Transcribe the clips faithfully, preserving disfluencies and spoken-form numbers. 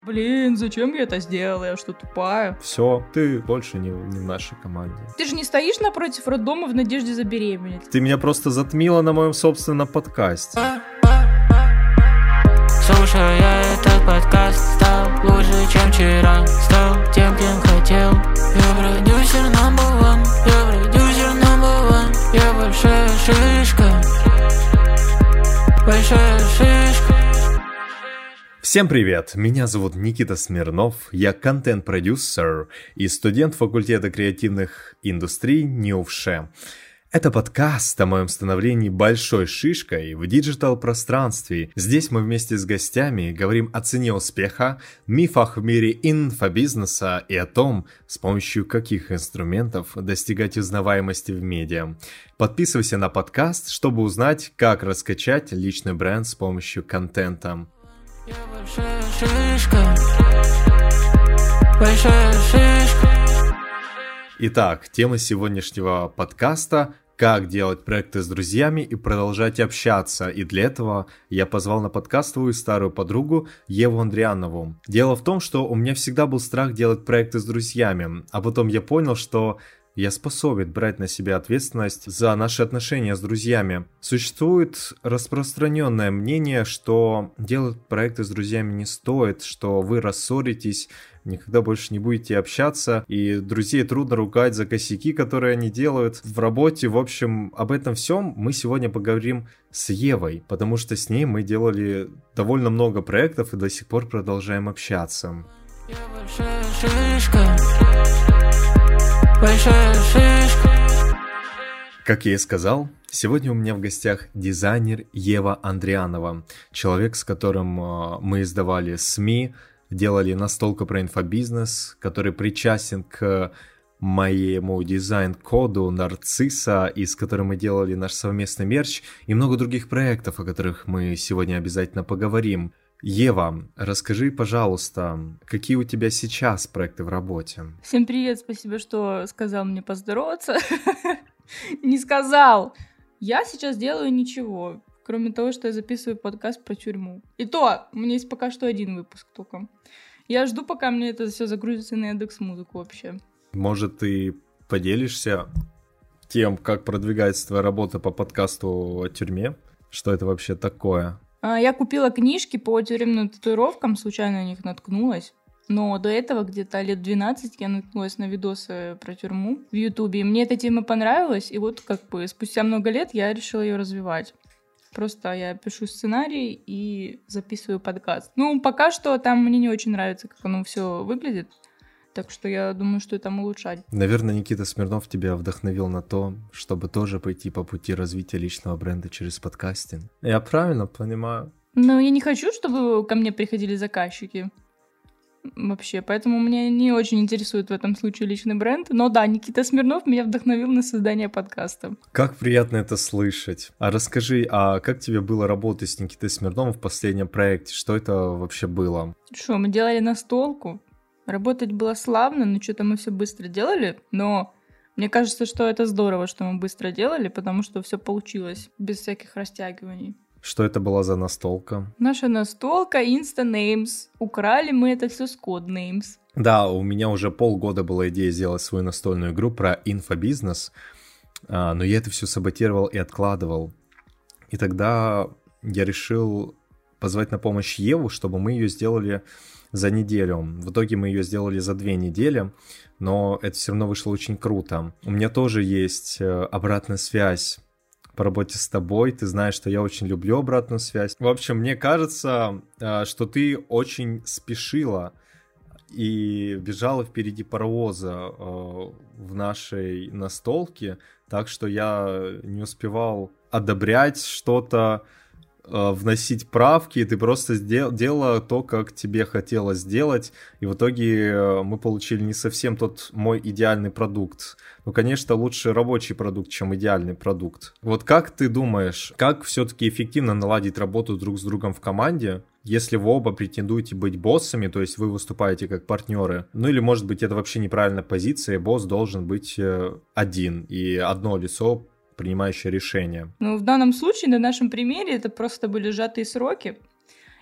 Блин, зачем я это сделала? Я что, тупая? Все, ты больше не, не в нашей команде. Ты же не стоишь напротив роддома в надежде забеременеть. Ты меня просто затмила на моем собственном подкасте. Слушая этот подкаст, стал лучше, чем вчера. Стал тем, кем хотел. Я продюсер number one. Я продюсер number one. Я большая шишка. Большая шишка. Всем привет, меня зовут Никита Смирнов, я контент-продюсер и студент факультета креативных индустрий НИУФШЭ. Это подкаст о моем становлении большой шишкой в диджитал-пространстве. Здесь мы вместе с гостями говорим о цене успеха, мифах в мире инфобизнеса и о том, с помощью каких инструментов достигать узнаваемости в медиа. Подписывайся на подкаст, чтобы узнать, как раскачать личный бренд с помощью контента. Я большая шишка. Большая шишка. Итак, тема сегодняшнего подкаста – как делать проекты с друзьями и продолжать общаться. И для этого я позвал на подкаст свою старую подругу Еву Андрианову. Дело в том, что у меня всегда был страх делать проекты с друзьями, а потом я понял, что я способен брать на себя ответственность за наши отношения с друзьями. Существует распространенное мнение, что делать проекты с друзьями не стоит, что вы рассоритесь, никогда больше не будете общаться, и друзей трудно ругать за косяки, которые они делают в работе. В общем, об этом всем мы сегодня поговорим с Евой, потому что с ней мы делали довольно много проектов и до сих пор продолжаем общаться. Я большая шишка. Большая шишка. Как я и сказал, сегодня у меня в гостях дизайнер Ева Андрианова, человек, с которым мы издавали СМИ, делали настолку про инфобизнес, который причастен к моему дизайн-коду Нарцисса, и с которым мы делали наш совместный мерч, и много других проектов, о которых мы сегодня обязательно поговорим. Ева, расскажи, пожалуйста, какие у тебя сейчас проекты в работе? Всем привет, спасибо, что сказал мне поздороваться. Не сказал. Я сейчас делаю ничего, кроме того, что я записываю подкаст про тюрьму. И то, у меня есть пока что один выпуск только. Я жду, пока мне это все загрузится на Яндекс.Музыку вообще. Может, ты поделишься тем, как продвигается твоя работа по подкасту о тюрьме? Что это вообще такое? Я купила книжки по тюремным татуировкам, случайно на них наткнулась. Но до этого где-то лет двенадцать я наткнулась на видосы про тюрьму в Ютубе. И мне эта тема понравилась, и вот как бы спустя много лет я решила ее развивать. Просто я пишу сценарий и записываю подкаст. Ну, пока что там мне не очень нравится, как оно все выглядит. Так что я думаю, что это улучшать. Наверное, Никита Смирнов тебя вдохновил на то, чтобы тоже пойти по пути развития личного бренда через подкастинг. Я правильно понимаю? Ну, я не хочу, чтобы ко мне приходили заказчики. Вообще, поэтому меня не очень интересует в этом случае личный бренд. Но да, Никита Смирнов меня вдохновил на создание подкаста. Как приятно это слышать. А расскажи, а как тебе было работать с Никитой Смирновым в последнем проекте? Что это вообще было? Что, мы делали настолку. Работать было славно, но что-то мы все быстро делали. Но мне кажется, что это здорово, что мы быстро делали, потому что все получилось без всяких растягиваний. Что это была за настолка? Наша настолка Insta-Names. Украли мы это все с Codenames. Да, у меня уже полгода была идея сделать свою настольную игру про инфобизнес, но я это все саботировал и откладывал. И тогда я решил позвать на помощь Еву, чтобы мы ее сделали за неделю. В итоге мы ее сделали за две недели, но это все равно вышло очень круто. У меня тоже есть обратная связь по работе с тобой. Ты знаешь, что я очень люблю обратную связь. В общем, мне кажется, что ты очень спешила и бежала впереди паровоза в нашей настолке, так что я не успевал одобрять что-то, вносить правки, ты просто сдел- делала то, как тебе хотелось сделать, и в итоге мы получили не совсем тот мой идеальный продукт. Ну, конечно, лучше рабочий продукт, чем идеальный продукт. Вот как ты думаешь, как все-таки эффективно наладить работу друг с другом в команде, если вы оба претендуете быть боссами, то есть вы выступаете как партнеры? Ну или, может быть, это вообще неправильная позиция, и босс должен быть один, и одно лицо принимающее решение. Ну, в данном случае, на нашем примере, это просто были сжатые сроки.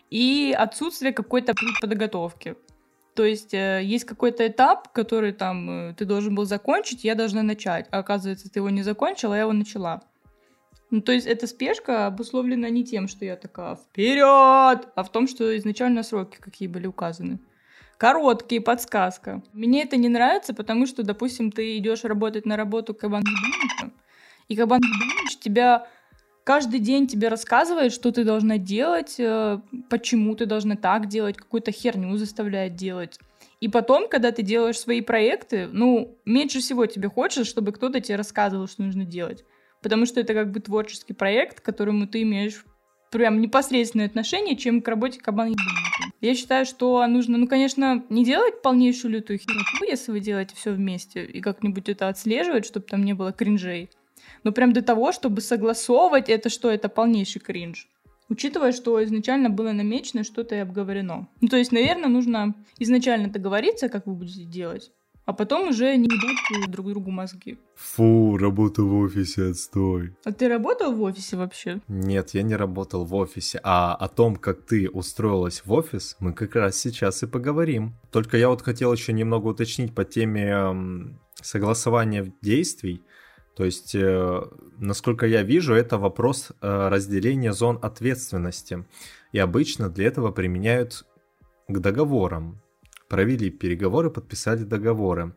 и отсутствие какой-то подготовки. То есть э, есть какой-то этап, который там э, ты должен был закончить, я должна начать. А оказывается, ты его не закончила, а я его начала. Ну, то есть эта спешка обусловлена не тем, что я такая «вперед!», а в том, что изначально сроки какие были указаны. Короткие, подсказка. Мне это не нравится, потому что, допустим, ты идешь работать на работу к Кабан Ебанычу, и Кабан Ебаныч тебя каждый день тебе рассказывает, что ты должна делать, почему ты должна так делать, какую-то херню заставляет делать. И потом, когда ты делаешь свои проекты, ну, меньше всего тебе хочется, чтобы кто-то тебе рассказывал, что нужно делать. Потому что это как бы творческий проект, к которому ты имеешь прям непосредственное отношение, чем к работе Кабан Ебаныча. Я считаю, что нужно, ну, конечно, не делать полнейшую лютую херню, если вы делаете все вместе, и как-нибудь это отслеживать, чтобы там не было кринжей. Но прям до того, чтобы согласовывать это, что это полнейший кринж. Учитывая, что изначально было намечено что-то и обговорено. Ну, то есть, наверное, нужно изначально договориться, как вы будете делать, а потом уже не дать друг другу мозги. Фу, работа в офисе, отстой. А ты работал в офисе вообще? Нет, я не работал в офисе. А о том, как ты устроилась в офис, мы как раз сейчас и поговорим. Только я вот хотел еще немного уточнить по теме эм, согласования действий. То есть, э, насколько я вижу, это вопрос э, разделения зон ответственности. И обычно для этого применяют к договорам. Провели переговоры, подписали договоры.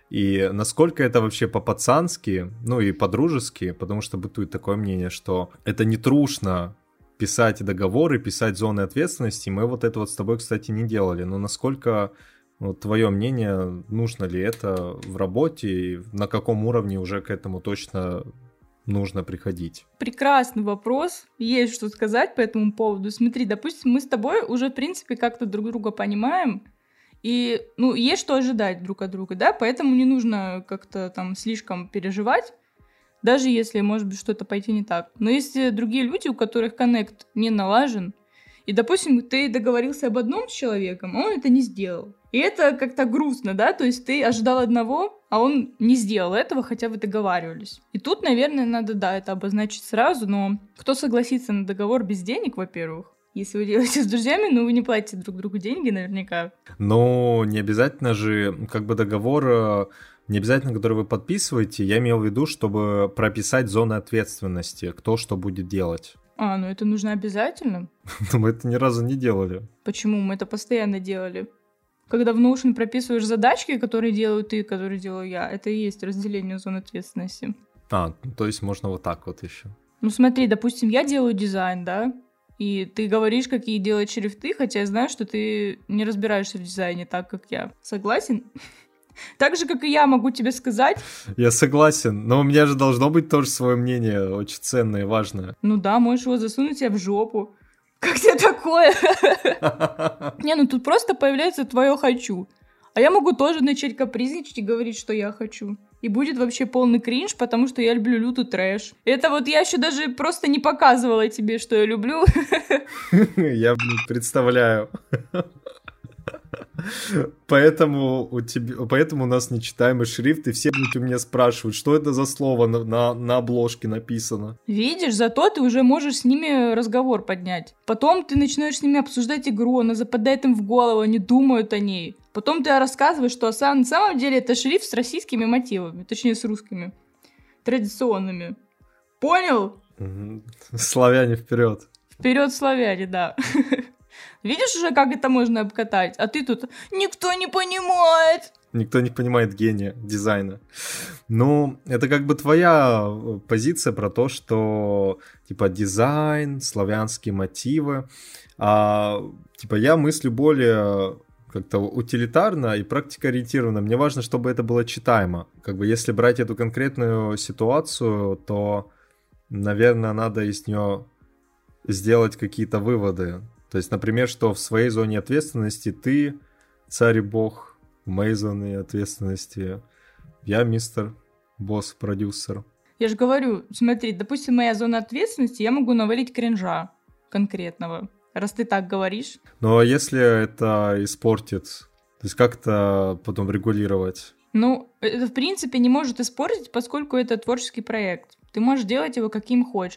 И насколько это вообще по-пацански, ну и по-дружески, потому что бытует такое мнение, что это не трушно писать договоры, писать зоны ответственности. Мы вот это вот с тобой, кстати, не делали. Но насколько... Вот твое мнение, нужно ли это в работе и на каком уровне уже к этому точно нужно приходить? Прекрасный вопрос. Есть что сказать по этому поводу. Смотри, допустим, мы с тобой уже, в принципе, как-то друг друга понимаем, и, ну, есть что ожидать друг от друга, да, поэтому не нужно как-то там слишком переживать, даже если, может быть, что-то пойти не так. Но есть другие люди, у которых коннект не налажен, и, допустим, ты договорился об одном с человеком, а он это не сделал. И это как-то грустно, да? То есть ты ожидал одного, а он не сделал этого, хотя вы договаривались. И тут, наверное, надо, да, это обозначить сразу, но кто согласится на договор без денег, во-первых? Если вы делаете с друзьями, ну, вы не платите друг другу деньги наверняка. Но не обязательно же, как бы договор, не обязательно, который вы подписываете, я имел в виду, чтобы прописать зоны ответственности, кто что будет делать. А, ну это нужно обязательно? Но мы это ни разу не делали. Почему? Мы это постоянно делали. Когда в Notion прописываешь задачки, которые делаю ты, которые делаю я, это и есть разделение зон ответственности. А, то есть можно вот так вот еще. Ну смотри, допустим, я делаю дизайн, да, и ты говоришь, какие делать шрифты, хотя я знаю, что ты не разбираешься в дизайне так, как я. Согласен? Так же, как и я могу тебе сказать. Я согласен, но у меня же должно быть тоже свое мнение, очень ценное и важное. Ну да, можешь его засунуть себе в жопу. Как тебе такое? Не, ну тут просто появляется твое «хочу». А я могу тоже начать капризничать и говорить, что я хочу. И будет вообще полный кринж, потому что я люблю лютый трэш. Это вот я еще даже просто не показывала тебе, что я люблю. Я, блин, представляю. Поэтому у тебя, поэтому у нас нечитаемый шрифт, и все, блядь, у меня спрашивают, что это за слово на, на, на обложке написано. Видишь, зато ты уже можешь с ними разговор поднять. Потом ты начинаешь с ними обсуждать игру, она западает им в голову, они думают о ней. Потом ты рассказываешь, что на самом деле это шрифт с российскими мотивами, точнее с русскими, традиционными. Понял? Славяне вперед. Вперед, славяне, да. Видишь уже, как это можно обкатать? А ты тут «никто не понимает». Никто не понимает гения дизайна. Ну, это как бы твоя позиция про то, что типа дизайн, славянские мотивы. А типа я мыслю более как-то утилитарно и практикоориентированно. Мне важно, чтобы это было читаемо. Как бы если брать эту конкретную ситуацию, то, наверное, надо из нее сделать какие-то выводы. То есть, например, что в своей зоне ответственности ты царь и бог, в моей зоне ответственности я мистер босс-продюсер. Я же говорю, смотри, допустим, моя зона ответственности, я могу навалить кринжа конкретного, раз ты так говоришь. Ну, а если это испортит, то есть как это потом регулировать? Ну, это, в принципе, не может испортить, поскольку это творческий проект. Ты можешь делать его каким хочешь.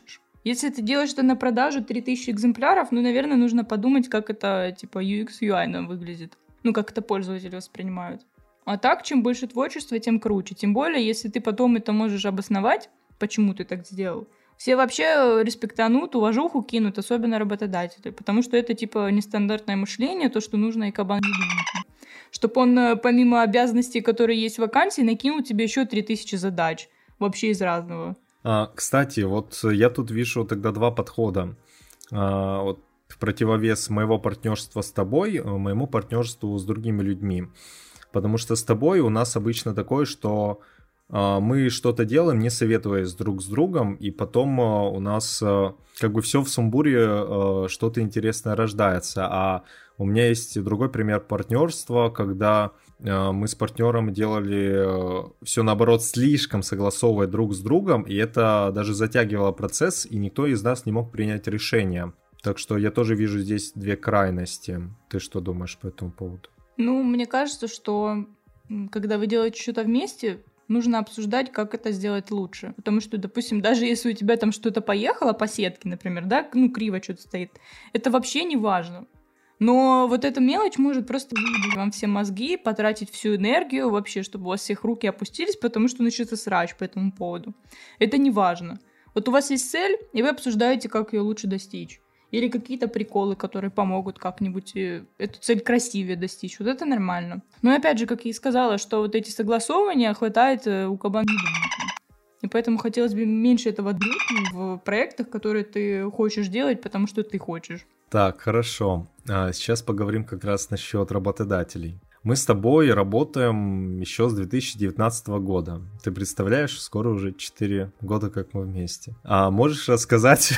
Если ты делаешь это на продажу три тысячи экземпляров, ну, наверное, нужно подумать, как это, типа, ю экс, ю ай нам выглядит. Ну, как это пользователи воспринимают. А так, чем больше творчества, тем круче. Тем более, если ты потом это можешь обосновать, почему ты так сделал, все вообще респектанут, уважуху кинут, особенно работодатели, потому что это, типа, нестандартное мышление, то, что нужно и кабан чтобы он, помимо обязанностей, которые есть в вакансии, накинул тебе еще три тысячи задач, вообще из разного. А, кстати, вот я тут вижу тогда два подхода. А, вот в противовес моего партнерства с тобой, моему партнерству с другими людьми. Потому что с тобой у нас обычно такое, что а, мы что-то делаем, не советуясь друг с другом, и потом а, у нас а, как бы все в сумбуре, а, что-то интересное рождается. А у меня есть другой пример партнерства, когда а, мы с партнером делали а, все наоборот слишком согласовывая друг с другом, и это даже затягивало процесс, и никто из нас не мог принять решение. Так что я тоже вижу здесь две крайности. Ты что думаешь по этому поводу? Ну, мне кажется, что когда вы делаете что-то вместе, нужно обсуждать, как это сделать лучше. Потому что, допустим, даже если у тебя там что-то поехало по сетке, например, да, ну, криво что-то стоит, это вообще не важно. Но вот эта мелочь может просто выебать вам все мозги, потратить всю энергию вообще, чтобы у вас всех руки опустились, потому что начнется срач по этому поводу. Это не важно. Вот у вас есть цель, и вы обсуждаете, как ее лучше достичь. Или какие-то приколы, которые помогут как-нибудь эту цель красивее достичь. Вот это нормально. Но опять же, как я и сказала, что вот эти согласовывания хватает у кабана. И поэтому хотелось бы меньше этого дрейфа в проектах, которые ты хочешь делать, потому что ты хочешь. Так, хорошо. А сейчас поговорим как раз насчет работодателей. Мы с тобой работаем еще с две тысячи девятнадцатого года. Ты представляешь, скоро уже четыре года, как мы вместе. А можешь рассказать,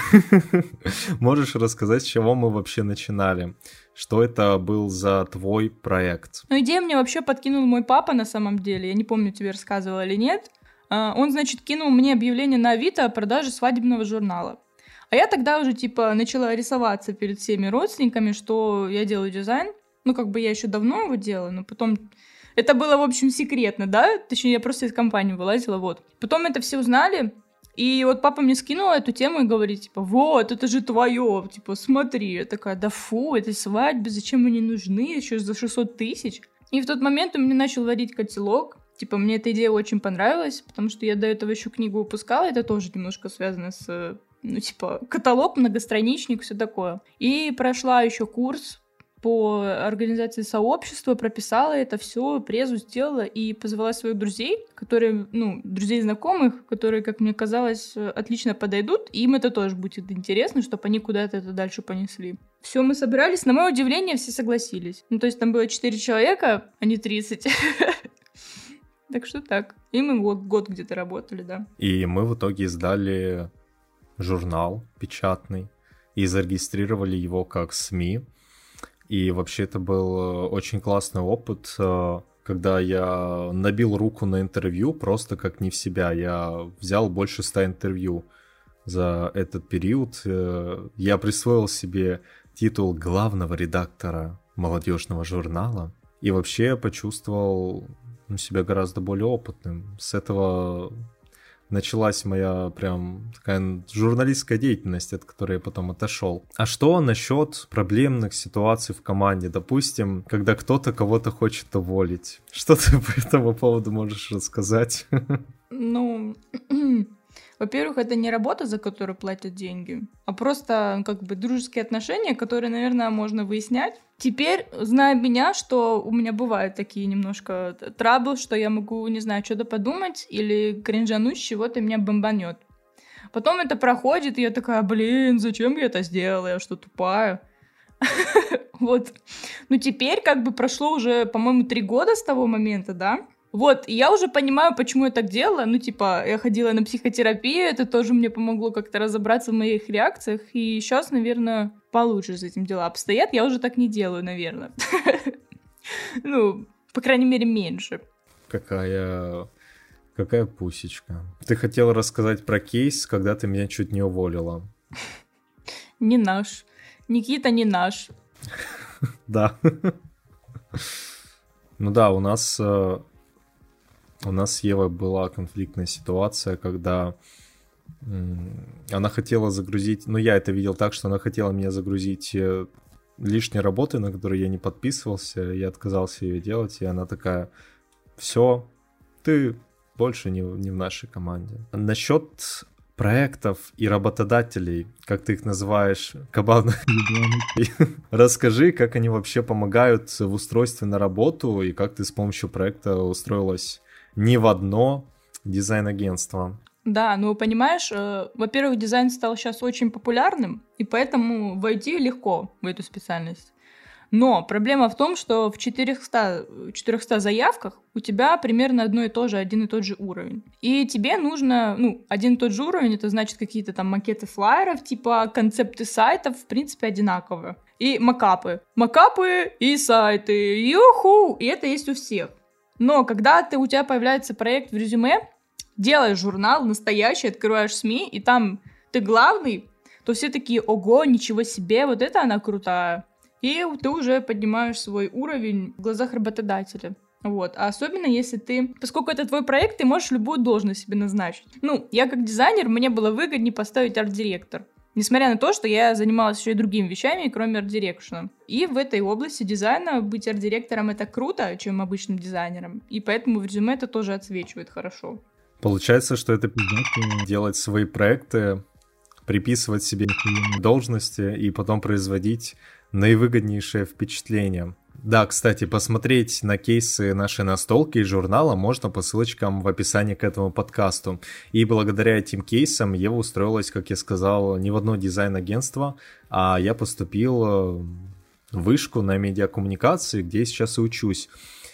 можешь рассказать, с чего мы вообще начинали? Что это был за твой проект? Ну, идею мне вообще подкинул мой папа на самом деле. Я не помню, тебе рассказывала или нет. Он, значит, кинул мне объявление на Авито о продаже свадебного журнала. А я тогда уже, типа, начала рисоваться перед всеми родственниками, что я делаю дизайн. Ну, как бы я еще давно его делала, но потом... Это было, в общем, секретно, да? Точнее, я просто из компании вылазила, вот. Потом это все узнали, и вот папа мне скинул эту тему и говорит, типа, вот, это же твое, типа, смотри. Я такая, да фу, этой свадьбы, зачем они нужны, еще за шестьсот тысяч? И в тот момент у меня начал варить котелок. Типа, мне эта идея очень понравилась, потому что я до этого еще книгу выпускала, это тоже немножко связано с, ну, типа, каталог, многостраничник, все такое. И прошла еще курс по организации сообщества, прописала это все, презу сделала и позвала своих друзей, которые, ну, друзей знакомых, которые, как мне казалось, отлично подойдут, и им это тоже будет интересно, чтобы они куда-то это дальше понесли. Все, мы собирались, на мое удивление, все согласились. Ну, то есть там было четыре человека, а не тридцать. Так что так. И мы год, год где-то работали, да. И мы в итоге издали журнал печатный и зарегистрировали его как СМИ. И вообще это был очень классный опыт, когда я набил руку на интервью просто как не в себя. Я взял больше ста интервью за этот период. Я присвоил себе титул главного редактора молодежного журнала. И вообще почувствовал себя гораздо более опытным. С этого началась моя прям такая журналистская деятельность, от которой я потом отошел. А что насчет проблемных ситуаций в команде? Допустим, когда кто-то кого-то хочет уволить. Что ты по этому поводу можешь рассказать? Ну, во-первых, это не работа, за которую платят деньги, а просто как бы дружеские отношения, которые, наверное, можно выяснять. Теперь, зная меня, что у меня бывают такие немножко трабл, что я могу, не знаю, что-то подумать или кринжануть, с чего-то меня бомбанет. Потом это проходит, и я такая, блин, зачем я это сделала, я что, тупая? Вот. Ну, теперь как бы прошло уже, по-моему, три года с того момента, да? Вот, и я уже понимаю, почему я так делала. Ну, типа, я ходила на психотерапию, это тоже мне помогло как-то разобраться в моих реакциях. И сейчас, наверное, получше с этим дела обстоят. Я уже так не делаю, наверное. Ну, по крайней мере, меньше. Какая... Какая пусечка. Ты хотела рассказать про кейс, когда ты меня чуть не уволила. Не наш. Никита не наш. Да. Ну да, у нас... У нас с Евой была конфликтная ситуация, когда она хотела загрузить, ну я это видел так, что она хотела мне загрузить лишней работы, на которую я не подписывался, я отказался ее делать, и она такая: все, ты больше не, не в нашей команде. Насчет проектов и работодателей, как ты их называешь, кабанных, расскажи, как они вообще помогают в устройстве на работу, и как ты с помощью проекта устроилась не в одно дизайн-агентство. Да, ну понимаешь, э, во-первых, дизайн стал сейчас очень популярным, и поэтому войти легко в эту специальность. Но проблема в том, что в четыреста, четыреста заявках у тебя примерно одно и то же, один и тот же уровень. И тебе нужно, ну, один и тот же уровень, это значит какие-то там макеты флайеров, типа концепты сайтов, в принципе, одинаковые. И макапы. Макапы и сайты. Юху! И это есть у всех. Но когда ты, у тебя появляется проект в резюме, делаешь журнал настоящий, открываешь СМИ, и там ты главный, то все такие: ого, ничего себе, вот это она крутая. И ты уже поднимаешь свой уровень в глазах работодателя. Вот. А особенно если ты... Поскольку это твой проект, ты можешь любую должность себе назначить. Ну, я как дизайнер, мне было выгоднее поставить арт-директор. Несмотря на то, что я занималась еще и другими вещами, кроме арт-дирекшена. И в этой области дизайна быть арт-директором — это круто, чем обычным дизайнером. И поэтому в резюме это тоже отсвечивает хорошо. Получается, что это пиздато делать свои проекты, приписывать себе должности и потом производить наивыгоднейшее впечатление. Да, кстати, посмотреть на кейсы нашей настолки и журнала можно по ссылочкам в описании к этому подкасту. И благодаря этим кейсам Ева устроилась, как я сказал, не в одно дизайн-агентство, а я поступил в вышку на медиакоммуникации, где я сейчас и учусь.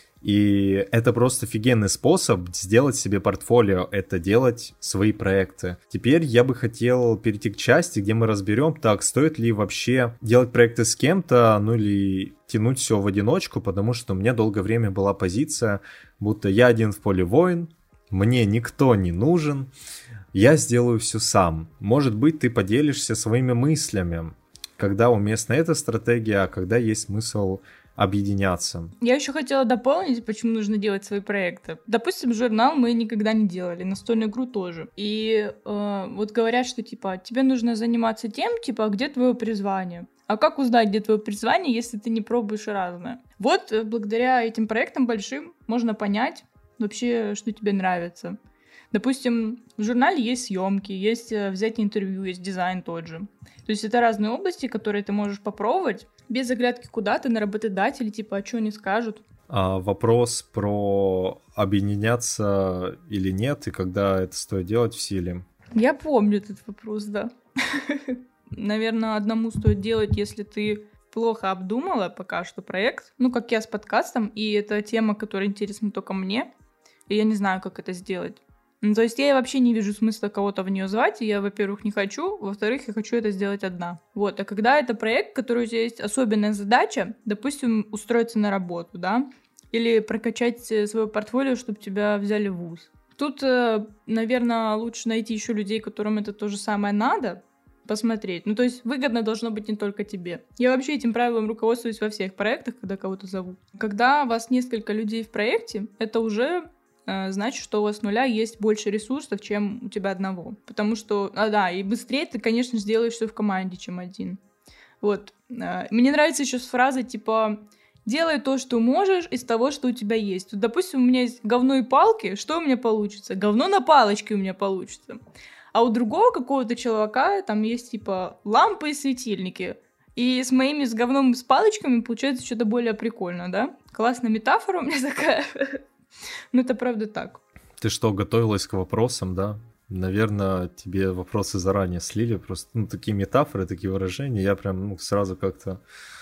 И это просто офигенный способ сделать себе портфолио, это делать свои проекты. Теперь я бы хотел перейти к части, где мы разберем, так, стоит ли вообще делать проекты с кем-то, ну или тянуть все в одиночку, потому что у меня долгое время была позиция, будто я один в поле воин, мне никто не нужен, я сделаю все сам. Может быть, ты поделишься своими мыслями, когда уместна эта стратегия, а когда есть смысл объединяться. Я еще хотела дополнить, почему нужно делать свои проекты. Допустим, журнал мы никогда не делали, настольную игру тоже. И э, вот говорят, что типа тебе нужно заниматься тем, типа, где твое призвание. А как узнать, где твое призвание, если ты не пробуешь разное? Вот благодаря этим проектам большим можно понять вообще, что тебе нравится. Допустим, в журнале есть съемки, есть взять интервью, есть дизайн тот же. То есть это разные области, которые ты можешь попробовать без оглядки куда-то на работодателей, типа, а что они скажут. А вопрос про объединяться или нет, и когда это стоит делать в силе. Я помню этот вопрос, да. Наверное, одному стоит делать, если ты плохо обдумала пока что проект, ну, как я с подкастом, и это тема, которая интересна только мне, и я не знаю, как это сделать. Ну, то есть я вообще не вижу смысла кого-то в нее звать, и я, во-первых, не хочу, во-вторых, я хочу это сделать одна. Вот, а когда это проект, который у тебя есть особенная задача, допустим, устроиться на работу, да, или прокачать свое портфолио, чтобы тебя взяли в вуз. Тут, наверное, лучше найти еще людей, которым это то же самое надо, посмотреть. Ну, то есть выгодно должно быть не только тебе. Я вообще этим правилом руководствуюсь во всех проектах, когда кого-то зовут. Когда вас несколько людей в проекте, это уже э, значит, что у вас с нуля есть больше ресурсов, чем у тебя одного. Потому что, а да, и быстрее ты, конечно, сделаешь все в команде, чем один. Вот. Э, мне нравится еще фраза типа «делай то, что можешь, из того, что у тебя есть». Вот, допустим, у меня есть говно и палки, что у меня получится? Говно на палочке у меня получится. А у другого какого-то чувака там есть типа лампы и светильники. И с моими, с говном и с палочками получается что-то более прикольно, да? Классная метафора у меня такая. Ну, это правда так. Ты что, готовилась к вопросам, да? Наверное, тебе вопросы заранее слили. Просто ну, такие метафоры, такие выражения. Я прям ну, сразу как-то...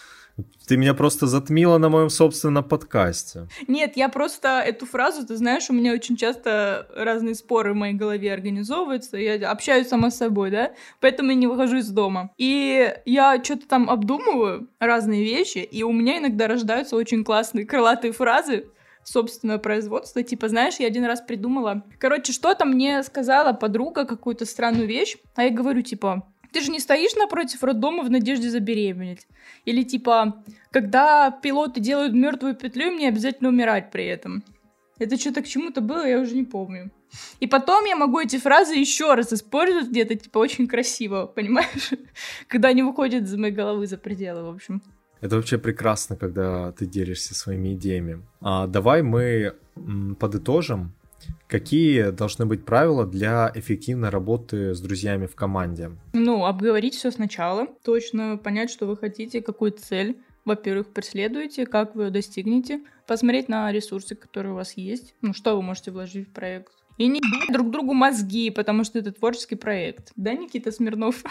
Ты меня просто затмила на моем собственном подкасте. Нет, я просто эту фразу, ты знаешь, у меня очень часто разные споры в моей голове организовываются, я общаюсь сама с собой, да, поэтому я не выхожу из дома. И я что-то там обдумываю, разные вещи, и у меня иногда рождаются очень классные крылатые фразы собственного производства. Типа, знаешь, я один раз придумала... Короче, что-то мне сказала подруга, какую-то странную вещь, а я говорю, типа... Ты же не стоишь напротив роддома в надежде забеременеть. Или типа, когда пилоты делают мертвую петлю, мне обязательно умирать при этом. Это что-то к чему-то было, я уже не помню. И потом я могу эти фразы еще раз использовать где-то, типа, очень красиво, понимаешь? Когда они выходят из моей головы за пределы, в общем. Это вообще прекрасно, когда ты делишься своими идеями. А давай мы м, подытожим, какие должны быть правила для эффективной работы с друзьями в команде. Ну, обговорить все сначала, точно понять, что вы хотите, какую цель, во-первых, преследуете, как вы ее достигнете, посмотреть на ресурсы, которые у вас есть, ну, что вы можете вложить в проект. И не бить друг другу мозги, потому что это творческий проект. Да, Никита Смирнов?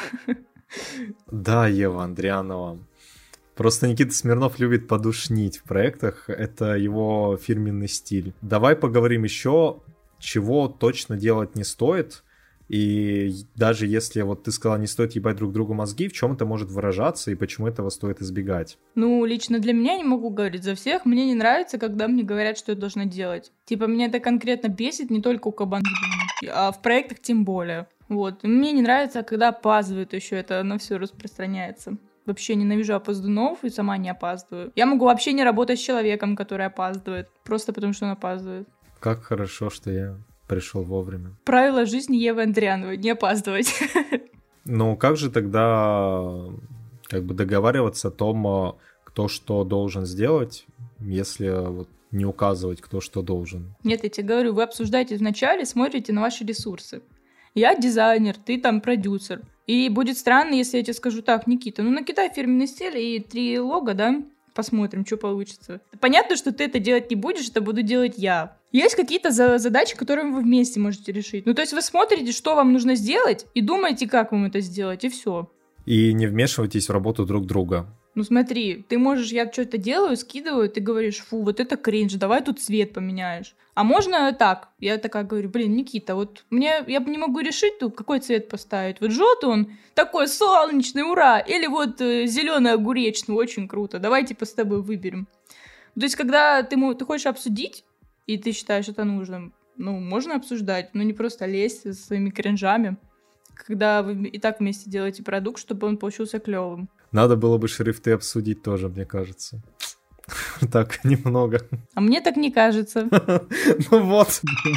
Да, Ева Андрианова. Просто Никита Смирнов любит подушнить в проектах, это его фирменный стиль. Давай поговорим еще, чего точно делать не стоит, и даже если вот ты сказала, не стоит ебать друг другу мозги, в чем это может выражаться и почему этого стоит избегать? Ну, лично для меня, не могу говорить за всех, мне не нравится, когда мне говорят, что я должна делать. Типа, меня это конкретно бесит не только у кабанги, а в проектах тем более. Вот. И мне не нравится, когда опаздывают еще, это на все распространяется. Вообще ненавижу опоздунов и сама не опаздываю. Я могу вообще не работать с человеком, который опаздывает, просто потому что он опаздывает. Как хорошо, что я пришел вовремя. Правило жизни Евы Андриановой — не опаздывать. Ну, как же тогда как бы договариваться о том, кто что должен сделать, если вот не указывать, кто что должен? Нет, я тебе говорю, вы обсуждаете вначале, смотрите на ваши ресурсы. Я дизайнер, ты там продюсер. И будет странно, если я тебе скажу: так, Никита, ну накидай фирменный стиль и три лого, да? Посмотрим, что получится. Понятно, что ты это делать не будешь, это буду делать я. Есть какие-то за- задачи, которые вы вместе можете решить. Ну, то есть вы смотрите, что вам нужно сделать, и думаете, как вам это сделать, и все. И не вмешивайтесь в работу друг друга. Ну смотри, ты можешь, я что-то делаю, скидываю, ты говоришь: фу, вот это кринж, давай тут цвет поменяешь. А можно так? Я такая говорю: блин, Никита, вот мне, я не могу решить тут, какой цвет поставить. Вот желтый он такой солнечный, ура! Или вот э, зеленый огуречный, очень круто. Давай типа с тобой выберем. То есть когда ты, ты хочешь обсудить, и ты считаешь это нужным, ну, можно обсуждать, но не просто лезть со своими кринжами, когда вы и так вместе делаете продукт, чтобы он получился клевым. Надо было бы шрифты обсудить тоже, мне кажется. Так, немного. А мне так не кажется. Ну вот.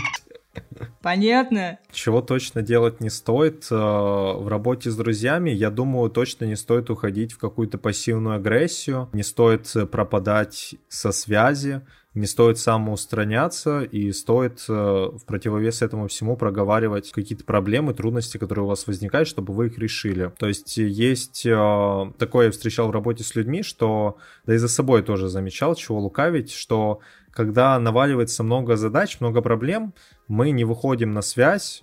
Понятно. Чего точно делать не стоит в работе с друзьями, я думаю, точно не стоит уходить в какую-то пассивную агрессию, не стоит пропадать со связи, не стоит самоустраняться, и стоит в противовес этому всему проговаривать какие-то проблемы, трудности, которые у вас возникают, чтобы вы их решили. То есть есть такое, я встречал в работе с людьми, что, да и за собой тоже замечал, чего лукавить, что когда наваливается много задач, много проблем, мы не выходим на связь,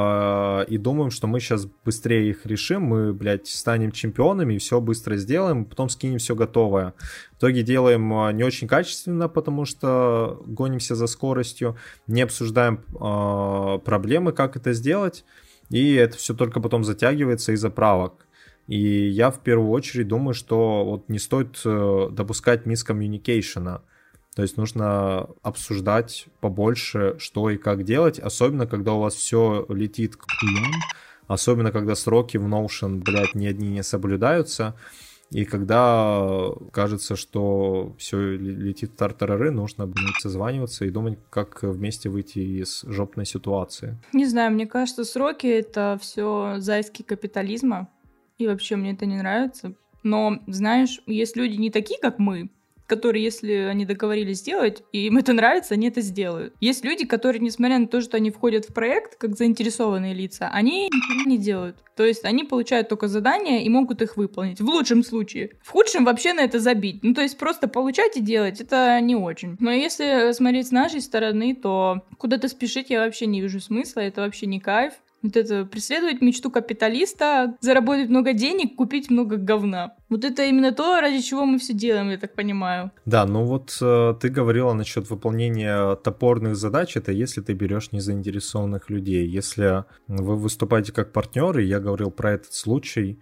и думаем, что мы сейчас быстрее их решим, мы, блядь, станем чемпионами и все быстро сделаем, потом скинем все готовое. В итоге делаем не очень качественно, потому что гонимся за скоростью, не обсуждаем э, проблемы, как это сделать, и это все только потом затягивается из-за правок. И я в первую очередь думаю, что вот не стоит э, допускать мискоммуникейшена. То есть нужно обсуждать побольше, что и как делать, особенно когда у вас все летит к хуям, особенно когда сроки в Notion, блядь, ни одни не соблюдаются, и когда кажется, что все летит в тартарары, нужно, блядь, созваниваться и думать, как вместе выйти из жопной ситуации. Не знаю, мне кажется, сроки — это все зайски капитализма, и вообще мне это не нравится. Но, знаешь, есть люди не такие, как мы, которые, если они договорились сделать, и им это нравится, они это сделают. Есть люди, которые, несмотря на то, что они входят в проект как заинтересованные лица, они ничего не делают. То есть они получают только задания и могут их выполнить. В лучшем случае. В худшем вообще на это забить. Ну, то есть просто получать и делать, это не очень. Но если смотреть с нашей стороны, то куда-то спешить я вообще не вижу смысла, это вообще не кайф. Вот это преследовать мечту капиталиста, заработать много денег, купить много говна. Вот это именно то, ради чего мы все делаем, я так понимаю. Да, ну вот э, ты говорила насчет выполнения топорных задач, это если ты берешь незаинтересованных людей. Если вы выступаете как партнеры, я говорил про этот случай,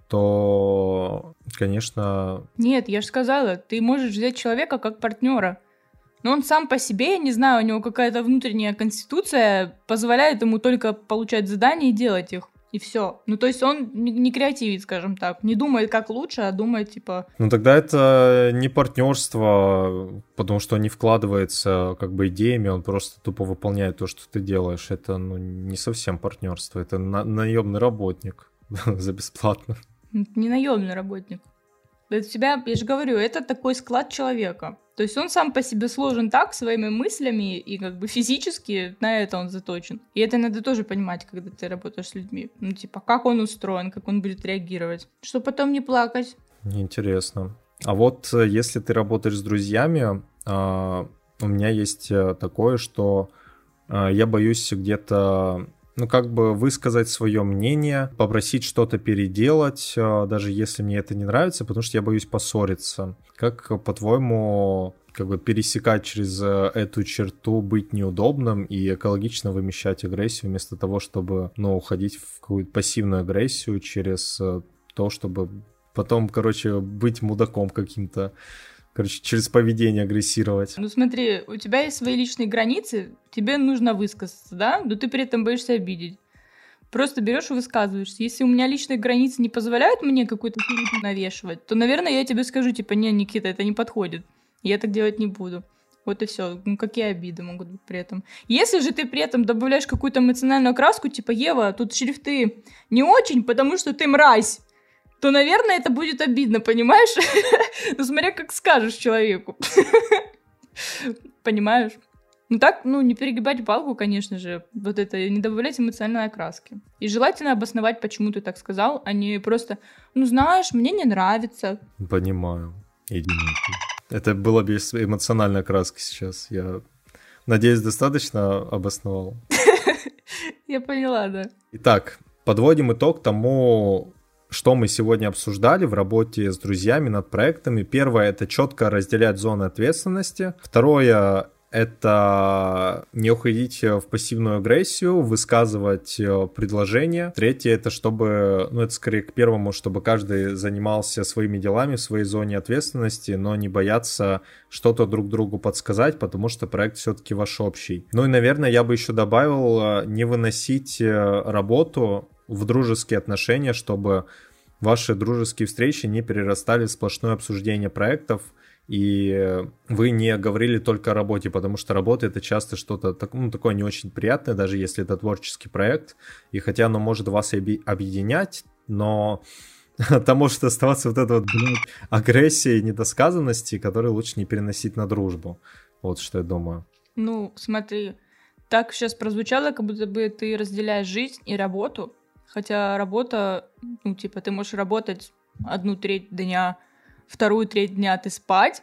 то, конечно... Нет, я же сказала, ты можешь взять человека как партнера. Но он сам по себе, я не знаю, у него какая-то внутренняя конституция позволяет ему только получать задания и делать их. И все. Ну, то есть он не, не креативит, скажем так. Не думает, как лучше, а думает, типа... Ну, тогда это не партнерство, потому что он не вкладывается как бы идеями, он просто тупо выполняет то, что ты делаешь. Это, ну, не совсем партнерство, это на- наемный работник за бесплатно. Не наемный работник. Это у тебя, я же говорю, это такой склад человека. То есть он сам по себе сложен так, своими мыслями, и как бы физически на это он заточен. И это надо тоже понимать, когда ты работаешь с людьми. Ну, типа, как он устроен, как он будет реагировать. Чтобы потом не плакать. Интересно. А вот если ты работаешь с друзьями, у меня есть такое, что я боюсь где-то... Ну, как бы высказать свое мнение, попросить что-то переделать, даже если мне это не нравится, потому что я боюсь поссориться. Как, по-твоему, как бы пересекать через эту черту, быть неудобным и экологично вымещать агрессию, вместо того, чтобы, ну, уходить в какую-то пассивную агрессию через то, чтобы потом, короче, быть мудаком каким-то, короче, через поведение агрессировать. Ну смотри, у тебя есть свои личные границы, тебе нужно высказаться, да? Но ты при этом боишься обидеть. Просто берешь и высказываешься. Если у меня личные границы не позволяют мне какую-то фигню навешивать, то, наверное, я тебе скажу, типа, не, Никита, это не подходит. Я так делать не буду. Вот и все. Ну, какие обиды могут быть при этом? Если же ты при этом добавляешь какую-то эмоциональную окраску, типа, Ева, тут шрифты не очень, потому что ты мразь, то, наверное, это будет обидно, понимаешь? Ну, смотря как скажешь человеку. Понимаешь? Ну так, ну, не перегибать палку, конечно же, вот это, не добавлять эмоциональной окраски. И желательно обосновать, почему ты так сказал, а не просто, ну, знаешь, мне не нравится. Понимаю. Иди нахуй. Это было без эмоциональной окраски сейчас. Я надеюсь, достаточно обосновал. Я поняла, да. Итак, подводим итог тому, что мы сегодня обсуждали в работе с друзьями над проектами. Первое — это четко разделять зоны ответственности. Второе — это не уходить в пассивную агрессию, высказывать предложения. Третье — это чтобы, ну это скорее к первому, чтобы каждый занимался своими делами в своей зоне ответственности, но не бояться что-то друг другу подсказать, потому что проект все-таки ваш общий. Ну и, наверное, я бы еще добавил не выносить работу в дружеские отношения, чтобы ваши дружеские встречи не перерастали в сплошное обсуждение проектов, и вы не говорили только о работе, потому что работа — это часто что-то ну, такое не очень приятное, даже если это творческий проект, и хотя оно может вас объединять, но там может оставаться вот эта вот, блядь, агрессия и недосказанности, которые лучше не переносить на дружбу. Вот что я думаю. Ну, смотри, так сейчас прозвучало, как будто бы ты разделяешь жизнь и работу, хотя работа, ну, типа, ты можешь работать одну треть дня, вторую треть дня ты спать,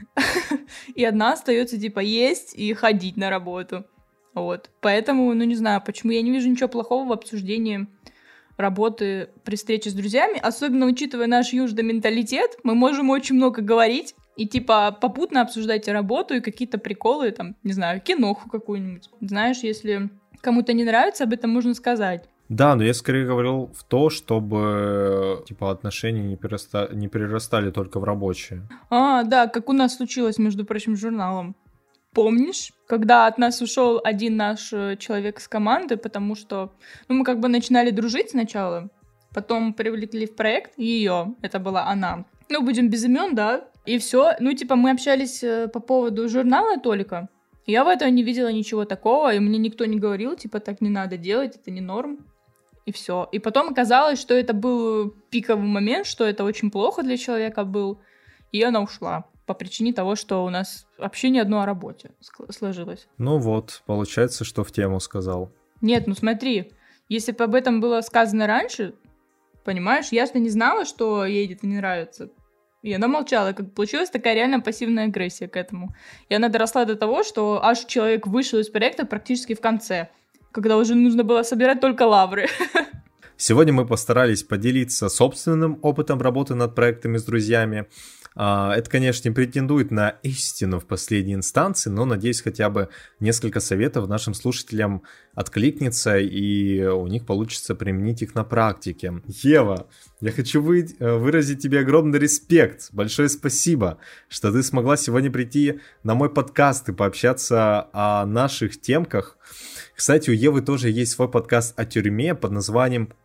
и одна остается, типа, есть и ходить на работу. Вот. Поэтому, ну, не знаю, почему я не вижу ничего плохого в обсуждении работы при встрече с друзьями, особенно учитывая наш южный менталитет, мы можем очень много говорить и, типа, попутно обсуждать и работу, и какие-то приколы, там, не знаю, киноху какую-нибудь. Знаешь, если кому-то не нравится, об этом можно сказать. Да, но я скорее говорил в то, чтобы типа отношения не, переста... не перерастали только в рабочие. А, да, как у нас случилось, между прочим, с журналом. Помнишь, когда от нас ушел один наш человек с команды, потому что ну, мы как бы начинали дружить сначала, потом привлекли в проект ее, это была она. Ну, будем без имен, да, и все. Ну, типа, мы общались по поводу журнала только. Я в этом не видела ничего такого, и мне никто не говорил, типа, так не надо делать, это не норм. И все. И потом оказалось, что это был пиковый момент, что это очень плохо для человека был, и она ушла по причине того, что у нас вообще ни одно о работе сложилось. Ну вот, получается, что в тему сказал. Нет, ну смотри, если бы об этом было сказано раньше, понимаешь, я-то не знала, что ей это не нравится. И она молчала, как получилась такая реально пассивная агрессия к этому. И она доросла до того, что аж человек вышел из проекта практически в конце, когда уже нужно было собирать только лавры. Сегодня мы постарались поделиться собственным опытом работы над проектами с друзьями. Это, конечно, не претендует на истину в последней инстанции, но, надеюсь, хотя бы несколько советов нашим слушателям откликнется, и у них получится применить их на практике. Ева, я хочу вы... выразить тебе огромный респект. Большое спасибо, что ты смогла сегодня прийти на мой подкаст и пообщаться о наших темках. Кстати, у Евы тоже есть свой подкаст о тюрьме под названием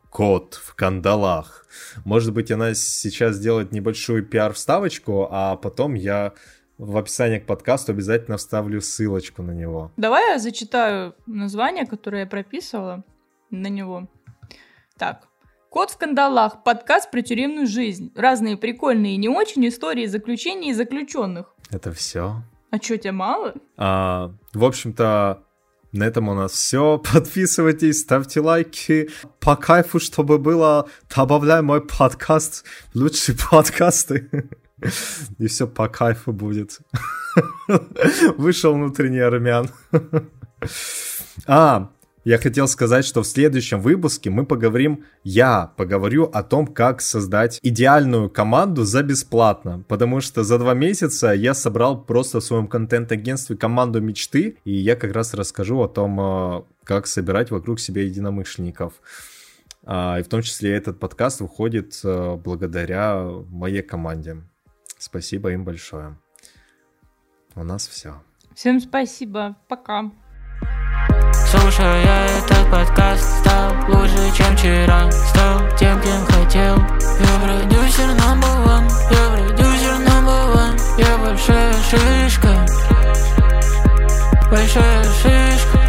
Кот в кандалах. Может быть, она сейчас сделает небольшую пиар-вставочку, а потом я в описании к подкасту обязательно вставлю ссылочку на него. Давай я зачитаю название, которое я прописывала на него. Так. «Кот в кандалах. Подкаст про тюремную жизнь. Разные прикольные и не очень истории заключений и заключенных». Это все? А что, тебя мало? А, в общем-то, на этом у нас все. Подписывайтесь, ставьте лайки. По кайфу, чтобы было, добавляй мой подкаст. Лучшие подкасты. И все по кайфу будет. Вышел внутренний армян. А, я хотел сказать, что в следующем выпуске мы поговорим, я поговорю о том, как создать идеальную команду за бесплатно, потому что за два месяца я собрал просто в своем контент-агентстве команду мечты, и я как раз расскажу о том, как собирать вокруг себя единомышленников. И в том числе этот подкаст выходит благодаря моей команде. Спасибо им большое. У нас все. Всем спасибо. Пока. Слушая этот подкаст, стал лучше, чем вчера. Стал тем, кем хотел. Я продюсер number one. Я продюсер number one. Я большая шишка. Большая шишка.